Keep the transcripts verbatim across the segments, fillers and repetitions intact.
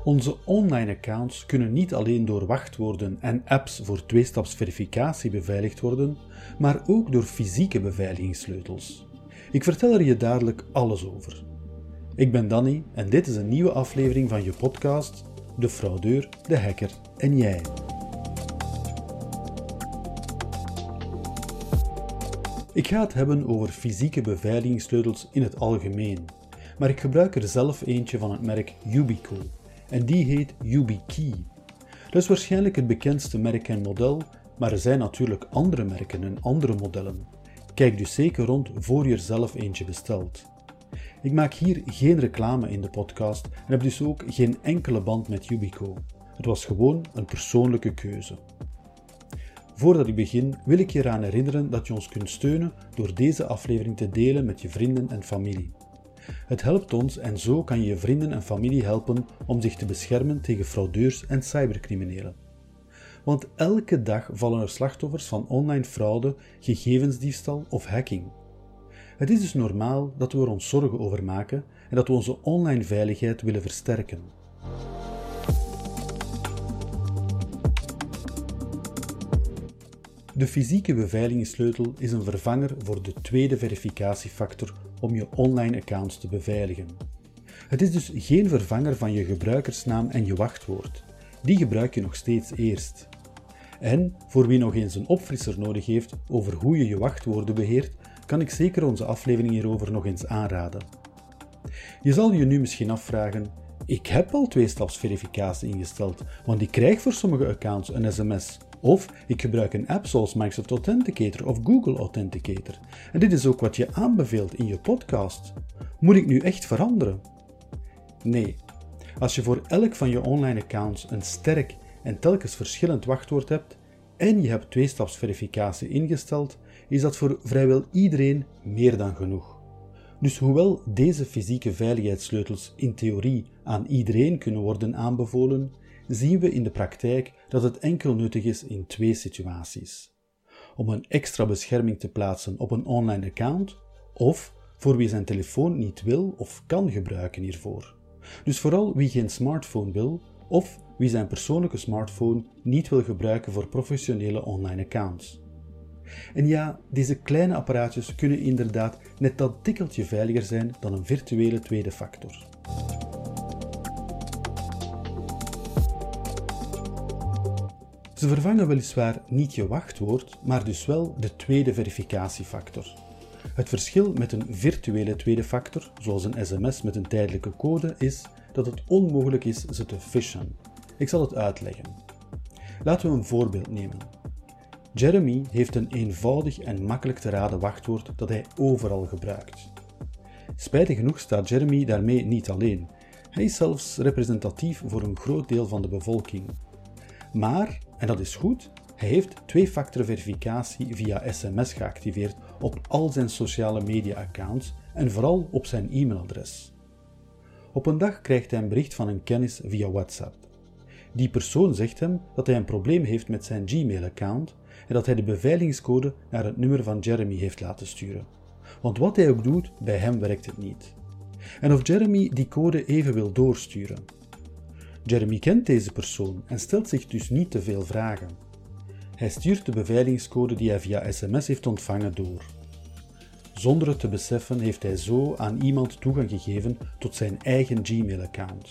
Onze online accounts kunnen niet alleen door wachtwoorden en apps voor tweestapsverificatie beveiligd worden, maar ook door fysieke beveiligingssleutels. Ik vertel er je dadelijk alles over. Ik ben Danny en dit is een nieuwe aflevering van je podcast De fraudeur, de hacker en jij. Ik ga het hebben over fysieke beveiligingssleutels in het algemeen, maar ik gebruik er zelf eentje van het merk Yubico en die heet YubiKey. Dat is waarschijnlijk het bekendste merk en model, maar er zijn natuurlijk andere merken en andere modellen. Kijk dus zeker rond voor je er zelf eentje bestelt. Ik maak hier geen reclame in de podcast en heb dus ook geen enkele band met Yubico. Het was gewoon een persoonlijke keuze. Voordat ik begin wil ik je eraan herinneren dat je ons kunt steunen door deze aflevering te delen met je vrienden en familie. Het helpt ons en zo kan je je vrienden en familie helpen om zich te beschermen tegen fraudeurs en cybercriminelen. Want elke dag vallen er slachtoffers van online fraude, gegevensdiefstal of hacking. Het is dus normaal dat we er ons zorgen over maken en dat we onze online veiligheid willen versterken. De fysieke beveiligingssleutel is een vervanger voor de tweede verificatiefactor om je online accounts te beveiligen. Het is dus geen vervanger van je gebruikersnaam en je wachtwoord. Die gebruik je nog steeds eerst. En voor wie nog eens een opfrisser nodig heeft over hoe je je wachtwoorden beheert, kan ik zeker onze aflevering hierover nog eens aanraden. Je zal je nu misschien afvragen: ik heb al tweestapsverificatie ingesteld, want ik krijg voor sommige accounts een sms. Of ik gebruik een app zoals Microsoft Authenticator of Google Authenticator. En dit is ook wat je aanbeveelt in je podcast. Moet ik nu echt veranderen? Nee. Als je voor elk van je online accounts een sterk en telkens verschillend wachtwoord hebt en je hebt tweestapsverificatie ingesteld, is dat voor vrijwel iedereen meer dan genoeg. Dus hoewel deze fysieke veiligheidssleutels in theorie aan iedereen kunnen worden aanbevolen, zien we in de praktijk dat het enkel nuttig is in twee situaties. Om een extra bescherming te plaatsen op een online account of voor wie zijn telefoon niet wil of kan gebruiken hiervoor. Dus vooral wie geen smartphone wil of wie zijn persoonlijke smartphone niet wil gebruiken voor professionele online accounts. En ja, deze kleine apparaatjes kunnen inderdaad net dat tikkeltje veiliger zijn dan een virtuele tweede factor. Ze vervangen weliswaar niet je wachtwoord, maar dus wel de tweede verificatiefactor. Het verschil met een virtuele tweede factor, zoals een sms met een tijdelijke code, is dat het onmogelijk is ze te phishen. Ik zal het uitleggen. Laten we een voorbeeld nemen. Jeremy heeft een eenvoudig en makkelijk te raden wachtwoord dat hij overal gebruikt. Spijtig genoeg staat Jeremy daarmee niet alleen. Hij is zelfs representatief voor een groot deel van de bevolking. Maar, en dat is goed, hij heeft twee-factor verificatie via sms geactiveerd op al zijn sociale media-accounts en vooral op zijn e-mailadres. Op een dag krijgt hij een bericht van een kennis via WhatsApp. Die persoon zegt hem dat hij een probleem heeft met zijn Gmail-account en dat hij de beveiligingscode naar het nummer van Jeremy heeft laten sturen. Want wat hij ook doet, bij hem werkt het niet. En of Jeremy die code even wil doorsturen. Jeremy kent deze persoon en stelt zich dus niet te veel vragen. Hij stuurt de beveiligingscode die hij via sms heeft ontvangen door. Zonder het te beseffen heeft hij zo aan iemand toegang gegeven tot zijn eigen Gmail-account.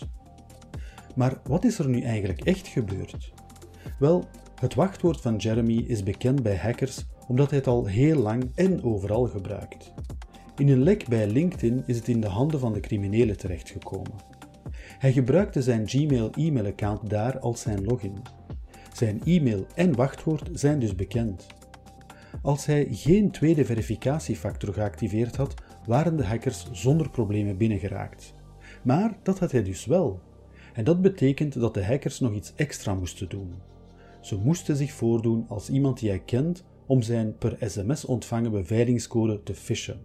Maar wat is er nu eigenlijk echt gebeurd? Wel, het wachtwoord van Jeremy is bekend bij hackers omdat hij het al heel lang en overal gebruikt. In een lek bij LinkedIn is het in de handen van de criminelen terechtgekomen. Hij gebruikte zijn Gmail e-mailaccount daar als zijn login. Zijn e-mail en wachtwoord zijn dus bekend. Als hij geen tweede verificatiefactor geactiveerd had, waren de hackers zonder problemen binnengeraakt. Maar dat had hij dus wel. En dat betekent dat de hackers nog iets extra moesten doen. Ze moesten zich voordoen als iemand die hij kent om zijn per sms ontvangen beveiligingscode te phishen.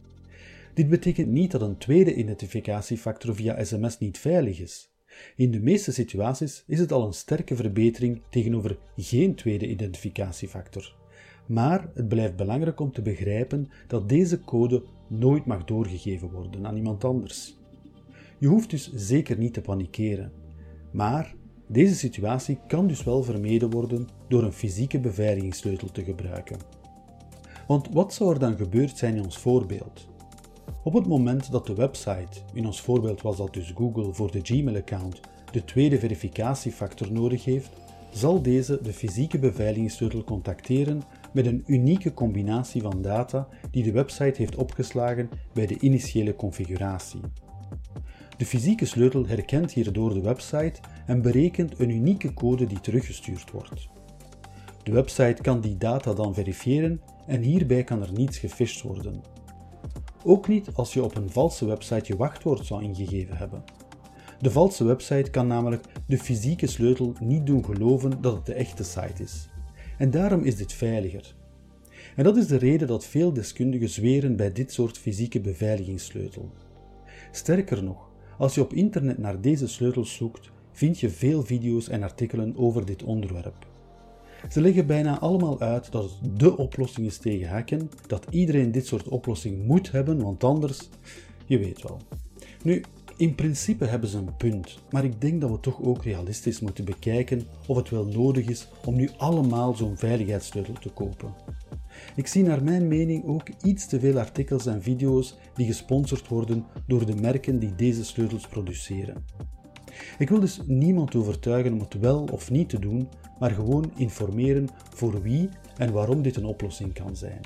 Dit betekent niet dat een tweede identificatiefactor via sms niet veilig is. In de meeste situaties is het al een sterke verbetering tegenover geen tweede identificatiefactor. Maar het blijft belangrijk om te begrijpen dat deze code nooit mag doorgegeven worden aan iemand anders. Je hoeft dus zeker niet te panikeren. Maar deze situatie kan dus wel vermeden worden door een fysieke beveiligingssleutel te gebruiken. Want wat zou er dan gebeurd zijn in ons voorbeeld? Op het moment dat de website, in ons voorbeeld was dat dus Google voor de Gmail-account, de tweede verificatiefactor nodig heeft, zal deze de fysieke beveiligingssleutel contacteren met een unieke combinatie van data die de website heeft opgeslagen bij de initiële configuratie. De fysieke sleutel herkent hierdoor de website en berekent een unieke code die teruggestuurd wordt. De website kan die data dan verifiëren en hierbij kan er niets gefisht worden. Ook niet als je op een valse website je wachtwoord zou ingegeven hebben. De valse website kan namelijk de fysieke sleutel niet doen geloven dat het de echte site is. En daarom is dit veiliger. En dat is de reden dat veel deskundigen zweren bij dit soort fysieke beveiligingssleutel. Sterker nog, als je op internet naar deze sleutels zoekt, vind je veel video's en artikelen over dit onderwerp. Ze leggen bijna allemaal uit dat het dé oplossing is tegen hacken, dat iedereen dit soort oplossing moet hebben, want anders, je weet wel. Nu, in principe hebben ze een punt, maar ik denk dat we toch ook realistisch moeten bekijken of het wel nodig is om nu allemaal zo'n veiligheidssleutel te kopen. Ik zie naar mijn mening ook iets te veel artikels en video's die gesponsord worden door de merken die deze sleutels produceren. Ik wil dus niemand overtuigen om het wel of niet te doen, maar gewoon informeren voor wie en waarom dit een oplossing kan zijn.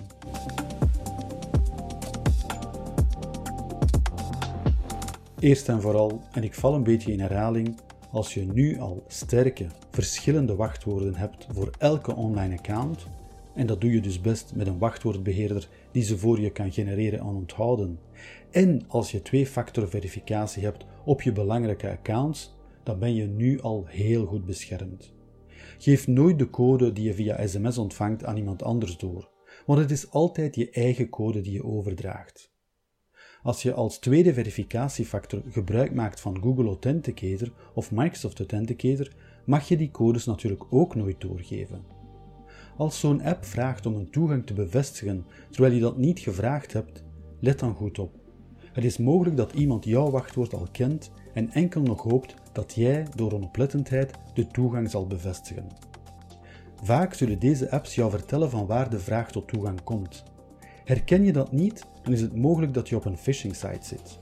Eerst en vooral, en ik val een beetje in herhaling, als je nu al sterke, verschillende wachtwoorden hebt voor elke online account, en dat doe je dus best met een wachtwoordbeheerder die ze voor je kan genereren en onthouden, en als je twee-factor verificatie hebt op je belangrijke accounts, dan ben je nu al heel goed beschermd. Geef nooit de code die je via sms ontvangt aan iemand anders door, want het is altijd je eigen code die je overdraagt. Als je als tweede verificatiefactor gebruik maakt van Google Authenticator of Microsoft Authenticator, mag je die codes natuurlijk ook nooit doorgeven. Als zo'n app vraagt om een toegang te bevestigen terwijl je dat niet gevraagd hebt, let dan goed op. Het is mogelijk dat iemand jouw wachtwoord al kent en enkel nog hoopt dat jij door onoplettendheid de toegang zal bevestigen. Vaak zullen deze apps jou vertellen van waar de vraag tot toegang komt. Herken je dat niet, dan is het mogelijk dat je op een phishing site zit.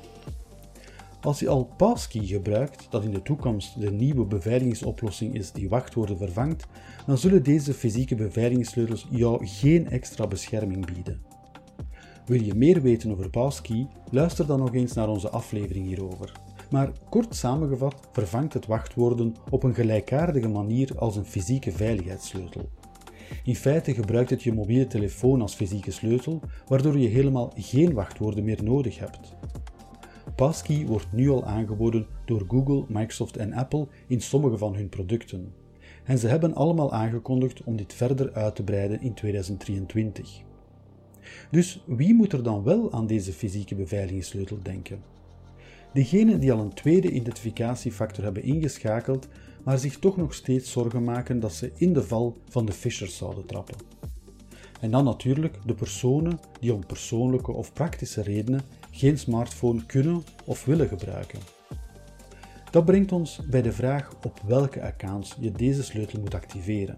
Als je al Passkey gebruikt, dat in de toekomst de nieuwe beveiligingsoplossing is die wachtwoorden vervangt, dan zullen deze fysieke beveiligingssleutels jou geen extra bescherming bieden. Wil je meer weten over Passkey? Luister dan nog eens naar onze aflevering hierover. Maar kort samengevat vervangt het wachtwoorden op een gelijkaardige manier als een fysieke veiligheidssleutel. In feite gebruikt het je mobiele telefoon als fysieke sleutel, waardoor je helemaal geen wachtwoorden meer nodig hebt. Passkey wordt nu al aangeboden door Google, Microsoft en Apple in sommige van hun producten. En ze hebben allemaal aangekondigd om dit verder uit te breiden in tweeduizend drieëntwintig. Dus wie moet er dan wel aan deze fysieke beveiligingssleutel denken? Degenen die al een tweede identificatiefactor hebben ingeschakeld, maar zich toch nog steeds zorgen maken dat ze in de val van de phishers zouden trappen. En dan natuurlijk de personen die om persoonlijke of praktische redenen geen smartphone kunnen of willen gebruiken. Dat brengt ons bij de vraag op welke accounts je deze sleutel moet activeren.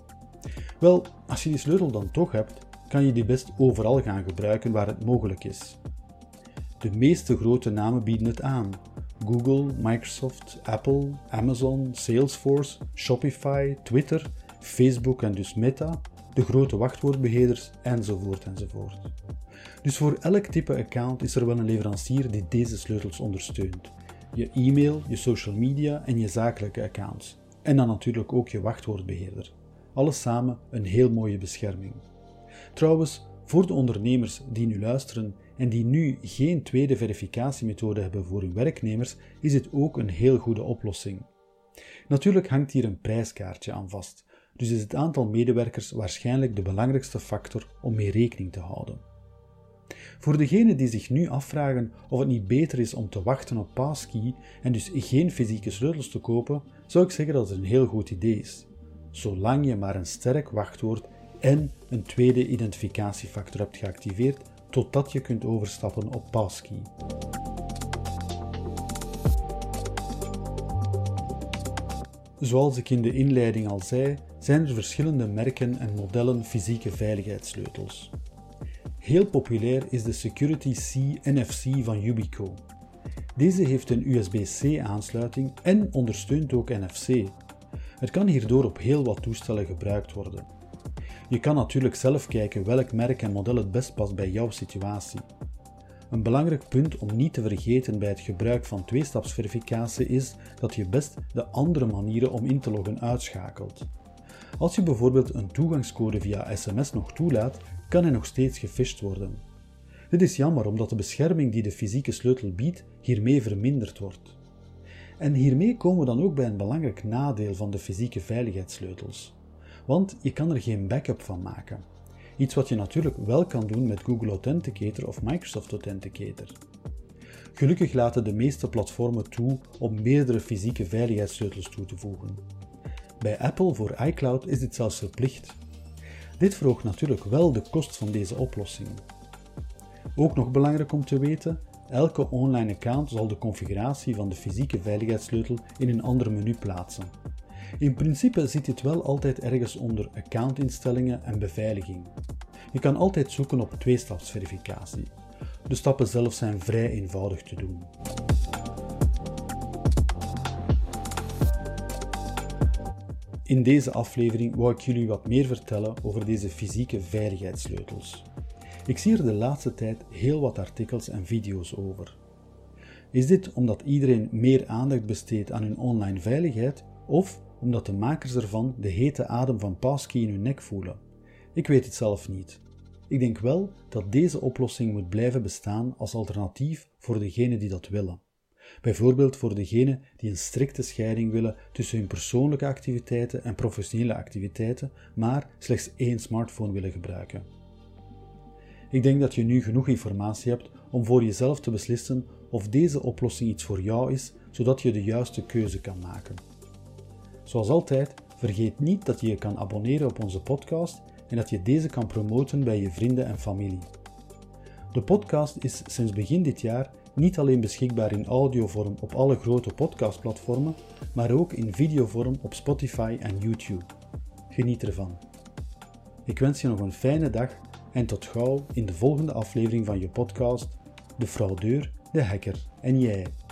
Wel, als je die sleutel dan toch hebt, kan je die best overal gaan gebruiken waar het mogelijk is. De meeste grote namen bieden het aan. Google, Microsoft, Apple, Amazon, Salesforce, Shopify, Twitter, Facebook en dus Meta, de grote wachtwoordbeheerders enzovoort enzovoort. Dus voor elk type account is er wel een leverancier die deze sleutels ondersteunt. Je e-mail, je social media en je zakelijke accounts. En dan natuurlijk ook je wachtwoordbeheerder. Alles samen een heel mooie bescherming. Trouwens, voor de ondernemers die nu luisteren en die nu geen tweede verificatiemethode hebben voor hun werknemers, is dit ook een heel goede oplossing. Natuurlijk hangt hier een prijskaartje aan vast, dus is het aantal medewerkers waarschijnlijk de belangrijkste factor om mee rekening te houden. Voor degenen die zich nu afvragen of het niet beter is om te wachten op Passkey en dus geen fysieke sleutels te kopen, zou ik zeggen dat het een heel goed idee is. Zolang je maar een sterk wachtwoord en een tweede identificatiefactor hebt geactiveerd, totdat je kunt overstappen op Passkey. Zoals ik in de inleiding al zei, zijn er verschillende merken en modellen fysieke veiligheidssleutels. Heel populair is de Security C N F C van Yubico. Deze heeft een U S B C aansluiting en ondersteunt ook N F C. Het kan hierdoor op heel wat toestellen gebruikt worden. Je kan natuurlijk zelf kijken welk merk en model het best past bij jouw situatie. Een belangrijk punt om niet te vergeten bij het gebruik van tweestapsverificatie is dat je best de andere manieren om in te loggen uitschakelt. Als je bijvoorbeeld een toegangscode via S M S nog toelaat, kan hij nog steeds gefisht worden. Dit is jammer omdat de bescherming die de fysieke sleutel biedt hiermee verminderd wordt. En hiermee komen we dan ook bij een belangrijk nadeel van de fysieke veiligheidssleutels. Want je kan er geen backup van maken. Iets wat je natuurlijk wel kan doen met Google Authenticator of Microsoft Authenticator. Gelukkig laten de meeste platformen toe om meerdere fysieke veiligheidssleutels toe te voegen. Bij Apple voor iCloud is dit zelfs verplicht. Dit verhoogt natuurlijk wel de kost van deze oplossing. Ook nog belangrijk om te weten, elke online account zal de configuratie van de fysieke veiligheidssleutel in een ander menu plaatsen. In principe zit dit wel altijd ergens onder accountinstellingen en beveiliging. Je kan altijd zoeken op tweestapsverificatie. De stappen zelf zijn vrij eenvoudig te doen. In deze aflevering wou ik jullie wat meer vertellen over deze fysieke veiligheidssleutels. Ik zie er de laatste tijd heel wat artikels en video's over. Is dit omdat iedereen meer aandacht besteedt aan hun online veiligheid of omdat de makers ervan de hete adem van passkey in hun nek voelen? Ik weet het zelf niet. Ik denk wel dat deze oplossing moet blijven bestaan als alternatief voor degenen die dat willen. Bijvoorbeeld voor degenen die een strikte scheiding willen tussen hun persoonlijke activiteiten en professionele activiteiten, maar slechts één smartphone willen gebruiken. Ik denk dat je nu genoeg informatie hebt om voor jezelf te beslissen of deze oplossing iets voor jou is, zodat je de juiste keuze kan maken. Zoals altijd, vergeet niet dat je je kan abonneren op onze podcast en dat je deze kan promoten bij je vrienden en familie. De podcast is sinds begin dit jaar niet alleen beschikbaar in audiovorm op alle grote podcastplatformen, maar ook in videovorm op Spotify en YouTube. Geniet ervan. Ik wens je nog een fijne dag en tot gauw in de volgende aflevering van je podcast De Fraudeur, de Hacker en jij.